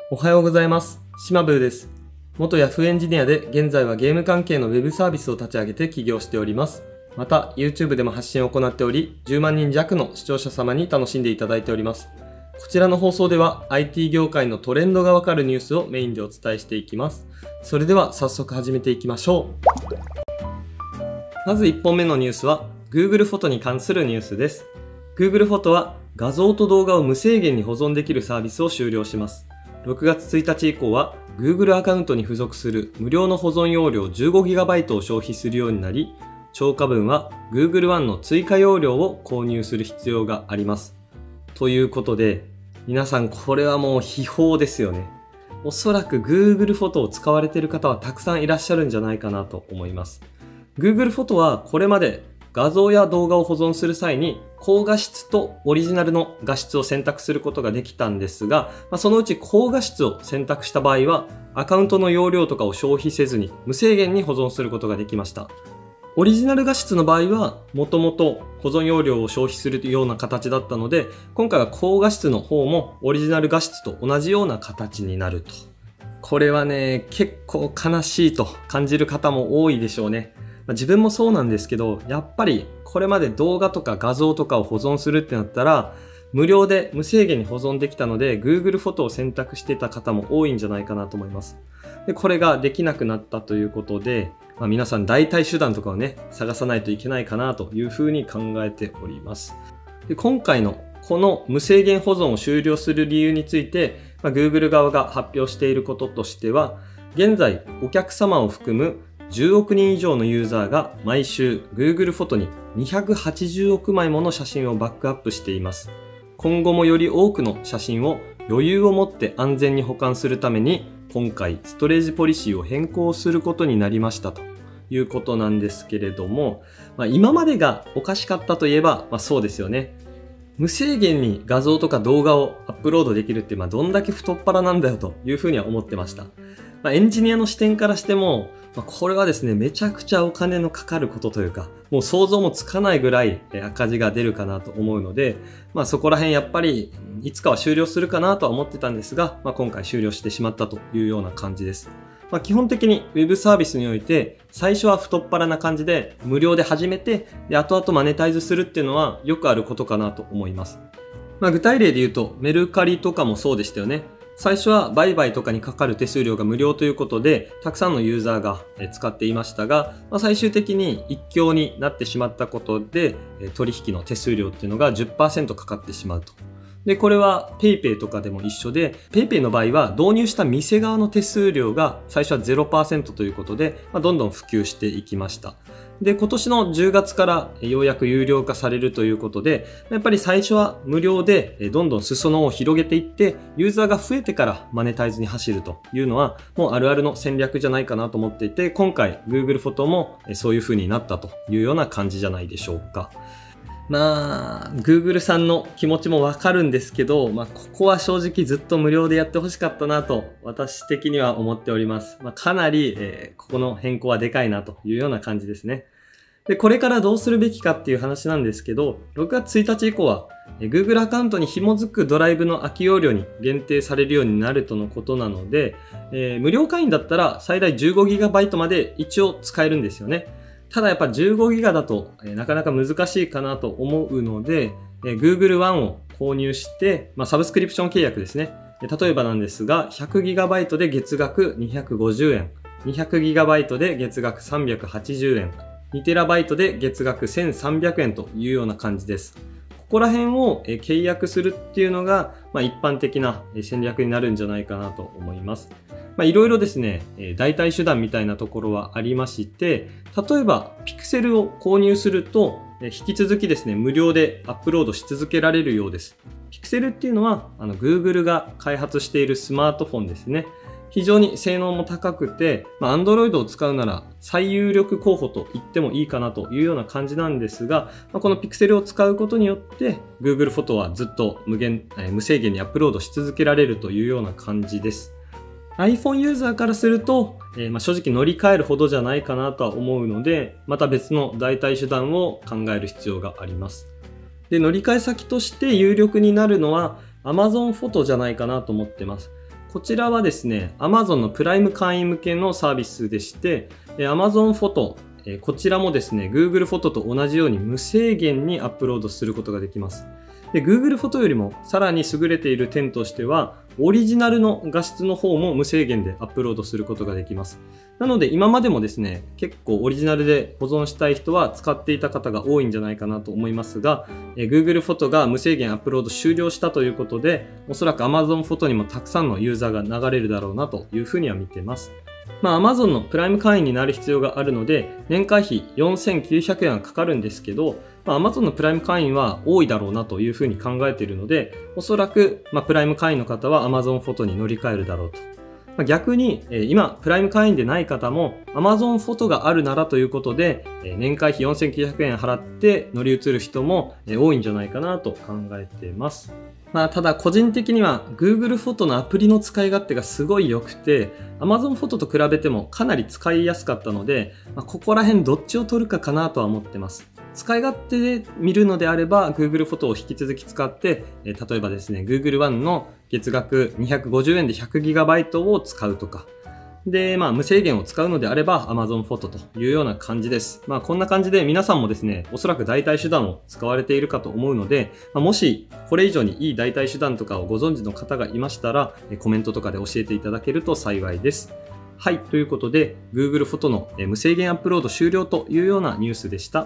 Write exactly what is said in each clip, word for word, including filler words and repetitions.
おはようございます。島ブーです。元ヤフーエンジニアで現在はゲーム関係のウェブサービスを立ち上げて起業しております。また YouTube でも発信を行っており、じゅうまんにん弱の視聴者様に楽しんでいただいております。こちらの放送では アイティー 業界のトレンドがわかるニュースをメインでお伝えしていきます。それでは早速始めていきましょう。まずいっぽんめのニュースは Google フォトに関するニュースです。Google フォトは画像と動画を無制限に保存できるサービスを終了します。ろくがつついたち以降は Google アカウントに付属する無料の保存容量 じゅうごギガバイト を消費するようになり、超過分は Google One の追加容量を購入する必要があります。ということで、皆さんこれはもう秘宝ですよね。おそらく Google フォトを使われている方はたくさんいらっしゃるんじゃないかなと思います。Google フォトはこれまで画像や動画を保存する際に高画質とオリジナルの画質を選択することができたんですが、まあ、そのうち高画質を選択した場合はアカウントの容量とかを消費せずに無制限に保存することができました。オリジナル画質の場合はもともと保存容量を消費するような形だったので、今回は高画質の方もオリジナル画質と同じような形になると。これはね、結構悲しいと感じる方も多いでしょうね。自分もそうなんですけど、やっぱりこれまで動画とか画像とかを保存するってなったら無料で無制限に保存できたので Google フォトを選択してた方も多いんじゃないかなと思います。で、これができなくなったということで、まあ、皆さん代替手段とかをね探さないといけないかなというふうに考えております。で、今回のこの無制限保存を終了する理由について、まあ、Google 側が発表していることとしては、現在お客様を含むじゅうおくにん以上のユーザーが毎週 Google フォトににひゃくはちじゅうおくまいもの写真をバックアップしています。今後もより多くの写真を余裕を持って安全に保管するために今回ストレージポリシーを変更することになりましたということなんですけれども、まあ、今までがおかしかったといえば、まあ、そうですよね。無制限に画像とか動画をアップロードできるって、まあ、どんだけ太っ腹なんだよというふうには思ってました。まあ、エンジニアの視点からしても、まあ、これはですね、めちゃくちゃお金のかかることというか、もう想像もつかないぐらい赤字が出るかなと思うので、まあそこら辺やっぱりいつかは終了するかなとは思ってたんですが、まあ、今回終了してしまったというような感じです。まあ、基本的に Web サービスにおいて最初は太っ腹な感じで無料で始めて、で後々マネタイズするっていうのはよくあることかなと思います。まあ、具体例で言うとメルカリとかもそうでしたよね。最初は売買とかにかかる手数料が無料ということでたくさんのユーザーが使っていましたが、まあ、最終的に一強になってしまったことで取引の手数料っていうのが じゅっパーセント かかってしまうと。で、これは PayPay とかでも一緒で、PayPay の場合は導入した店側の手数料が最初は ゼロパーセント ということで、まあ、どんどん普及していきました。で、今年のじゅうがつからようやく有料化されるということで、やっぱり最初は無料でどんどん裾野を広げていって、ユーザーが増えてからマネタイズに走るというのは、もうあるあるの戦略じゃないかなと思っていて、今回 Google フォトもそういう風になったというような感じじゃないでしょうか。まあ、Google さんの気持ちもわかるんですけど、まあ、ここは正直ずっと無料でやってほしかったなと、私的には思っております。まあ、かなり、えー、ここの変更はでかいなというような感じですね。で、これからどうするべきかっていう話なんですけど、ろくがつついたち以降は、えー、Google アカウントに紐づくドライブの空き容量に限定されるようになるとのことなので、えー、無料会員だったら最大 じゅうごギガバイト まで一応使えるんですよね。ただやっぱじゅうごギガだと、えー、なかなか難しいかなと思うので、えー、Google One を購入して、まあ、サブスクリプション契約ですね。例えばなんですが、ひゃくギガバイト で月額にひゃくごじゅうえん、にひゃくギガバイト で月額さんびゃくはちじゅうえん、にテラバイト で月額せんさんびゃくえんというような感じです。ここら辺を契約するっていうのが、まあ、一般的な戦略になるんじゃないかなと思います。まあ、いろいろですね、代替手段みたいなところはありまして、例えばピクセルを購入すると、引き続きですね、無料でアップロードし続けられるようです。ピクセルっていうのは、あの Google が開発しているスマートフォンですね。非常に性能も高くて、まあ、Android を使うなら最有力候補と言ってもいいかなというような感じなんですが、まあ、この Pixel を使うことによって Google フォトはずっと無限、えー、無制限にアップロードし続けられるというような感じです。iPhone ユーザーからすると、えー、まあ正直乗り換えるほどじゃないかなとは思うので、また別の代替手段を考える必要があります。で、乗り換え先として有力になるのは Amazon フォトじゃないかなと思ってます。 こちらはですね、Amazon のプライム会員向けのサービスでして、Amazon フォト、こちらもですね、Google フォトと同じように無制限にアップロードすることができます。で、Google フォトよりもさらに優れている点としては、オリジナルの画質の方も無制限でアップロードすることができます。なので今までもですね、結構オリジナルで保存したい人は使っていた方が多いんじゃないかなと思いますが、Google フォトが無制限アップロード終了したということで、おそらく Amazon フォトにもたくさんのユーザーが流れるだろうなというふうには見ています。まあ Amazon のプライム会員になる必要があるので、年会費よんせんきゅうひゃくえんはかかるんですけど、まあ、Amazon のプライム会員は多いだろうなというふうに考えているので、おそらく、まあ、プライム会員の方は Amazon フォトに乗り換えるだろうと。まあ、逆に、えー、今、プライム会員でない方も Amazon フォトがあるならということで、えー、年会費よんせんきゅうひゃくえん払って乗り移る人も、えー、多いんじゃないかなと考えています。まあ、ただ個人的には Google フォトのアプリの使い勝手がすごい良くて Amazon フォトと比べてもかなり使いやすかったので、まあ、ここら辺どっちを取るかかなとは思ってます。使い勝手で見るのであれば Google フォトを引き続き使って、えー、例えばですね Google One の月額にひゃくごじゅうえんで ひゃくギガバイト を使うとかで、まあ無制限を使うのであれば Amazon フォトというような感じです。まあこんな感じで皆さんもですね、おそらく代替手段を使われているかと思うので、まあ、もしこれ以上にいい代替手段とかをご存知の方がいましたら、コメントとかで教えていただけると幸いです。はい、ということで Google フォトの無制限アップロード終了というようなニュースでした。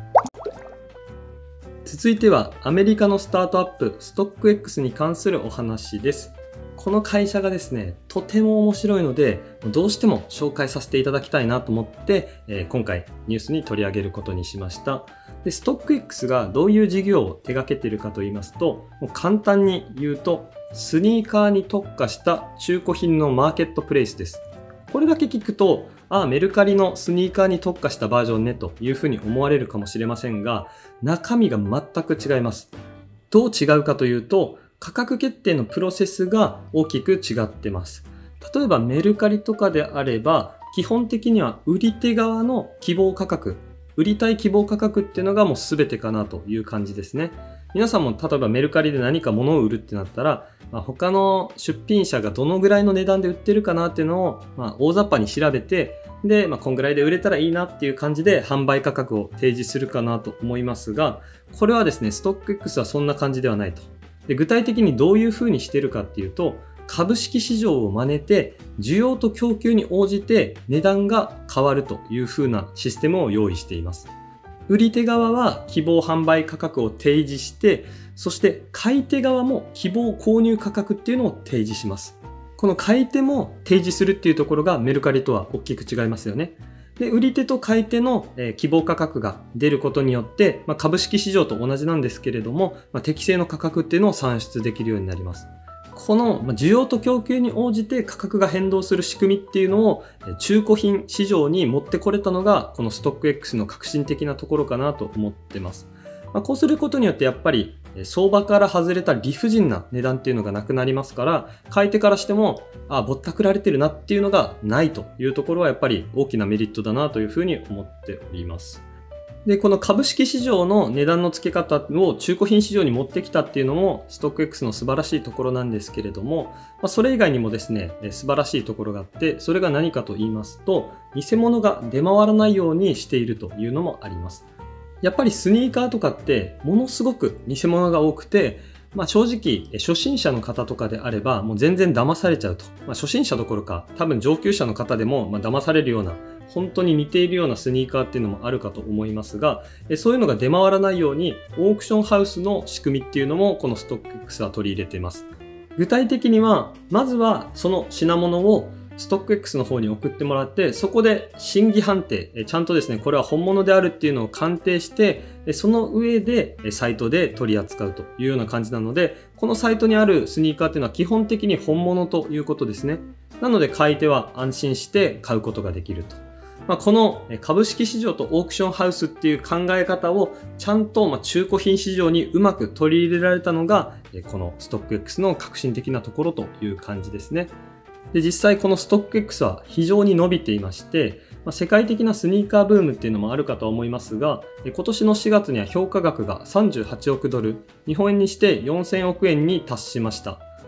続いてはアメリカのスタートアップストック X に関するお話です。この会社がですね、とても面白いので、どうしても紹介させていただきたいなと思って、えー、今回ニュースに取り上げることにしました。で、ストック X がどういう事業を手掛けているかと言いますと、もう簡単に言うと、スニーカーに特化した中古品のマーケットプレイスです。これだけ聞くと、ああ、メルカリのスニーカーに特化したバージョンねというふうに思われるかもしれませんが、中身が全く違います。どう違うかというと、価格決定のプロセスが大きく違ってます。例えばメルカリとかであれば、基本的には売り手側の希望価格、売りたい希望価格っていうのがもう全てかなという感じですね。皆さんも例えばメルカリで何か物を売るってなったら、まあ、他の出品者がどのぐらいの値段で売ってるかなっていうのを、まあ、大雑把に調べて、で、まあ、こんぐらいで売れたらいいなっていう感じで販売価格を提示するかなと思いますが、これはですね、ストック X はそんな感じではないと。で、具体的にどういう風にしてるかっていうと、株式市場を真似て、需要と供給に応じて値段が変わるという風なシステムを用意しています。売り手側は希望販売価格を提示して、そして買い手側も希望購入価格っていうのを提示します。この買い手も提示するっていうところがメルカリとは大きく違いますよね。で、売り手と買い手の、えー、希望価格が出ることによって、まあ、株式市場と同じなんですけれども、まあ、適正の価格っていうのを算出できるようになります。この需要と供給に応じて価格が変動する仕組みっていうのを中古品市場に持ってこれたのがこのストック X の革新的なところかなと思ってます。まあ、こうすることによってやっぱり相場から外れた理不尽な値段っていうのがなくなりますから、買い手からしても、あ、ぼったくられてるなっていうのがないというところはやっぱり大きなメリットだなというふうに思っております。で、この株式市場の値段の付け方を中古品市場に持ってきたっていうのもストック X の素晴らしいところなんですけれども、まあ、それ以外にもですね、素晴らしいところがあって、それが何かと言いますと、偽物が出回らないようにしているというのもあります。やっぱりスニーカーとかってものすごく偽物が多くて、まあ正直初心者の方とかであればもう全然騙されちゃうと。まあ初心者どころか多分上級者の方でもまあ騙されるような本当に似ているようなスニーカーっていうのもあるかと思いますが、そういうのが出回らないようにオークションハウスの仕組みっていうのもこのストック X は取り入れています。具体的にはまずはその品物をストック X の方に送ってもらって、そこで審議判定、ちゃんとですね、これは本物であるっていうのを鑑定して、その上でサイトで取り扱うというような感じなので、このサイトにあるスニーカーっていうのは基本的に本物ということですね。なので買い手は安心して買うことができると。まあ、この株式市場とオークションハウスっていう考え方をちゃんと中古品市場にうまく取り入れられたのが、このストック X の革新的なところという感じですね。で、実際このストック X は非常に伸びていまして、まあ、世界的なスニーカーブームっていうのもあるかと思いますが、今年のしがつには評価額がさんじゅうはちおくドル、日本円にしてよんせんおくえんに達しました。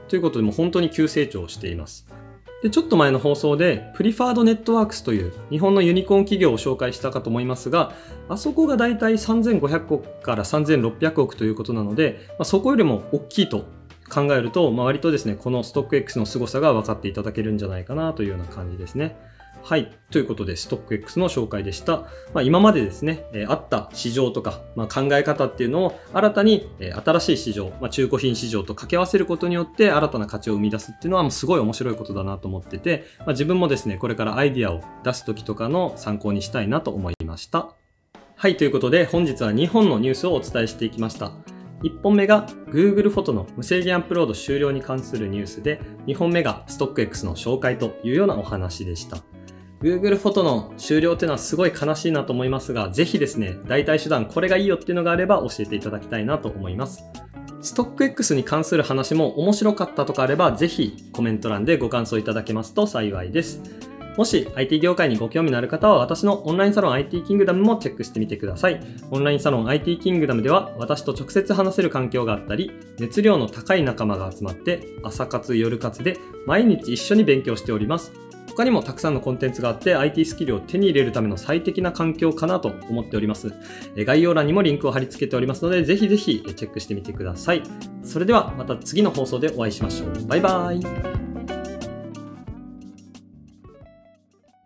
ということでもう本当に急成長しています。で、ちょっと前の放送でプリファードネットワークスという日本のユニコーン企業を紹介したかと思いますが、あそこがだいたいさんぜんごひゃくおくからさんぜんろっぴゃくおくということなので、まあ、そこよりも大きいと考えると、まあ、割とですね、このストック X の凄さが分かっていただけるんじゃないかなというような感じですね。はい。ということで、ストック X の紹介でした。まあ、今までですね、えー、あった市場とか、まあ、考え方っていうのを新たに、えー、新しい市場、まあ、中古品市場と掛け合わせることによって新たな価値を生み出すっていうのはもうすごい面白いことだなと思ってて、まあ、自分もですね、これからアイディアを出すときとかの参考にしたいなと思いました。はい。ということで、本日はにほんのニュースをお伝えしていきました。いっぽんめが Google フォトの無制限アップロード終了に関するニュースで、にほんめがストック X の紹介というようなお話でした。Google フォトの終了っていうのはすごい悲しいなと思いますが、ぜひですね、代替手段これがいいよっていうのがあれば教えていただきたいなと思います。ストック X に関する話も面白かったとかあれば、ぜひコメント欄でご感想いただけますと幸いです。もし アイティー 業界にご興味のある方は、私のオンラインサロン アイティー キングダムもチェックしてみてください。オンラインサロン アイティー キングダムでは、私と直接話せる環境があったり、熱量の高い仲間が集まって、朝活夜活で毎日一緒に勉強しております。他にもたくさんのコンテンツがあって アイティー スキルを手に入れるための最適な環境かなと思っております。概要欄にもリンクを貼り付けておりますので、ぜひぜひチェックしてみてください。それではまた次の放送でお会いしましょう。バイバーイ。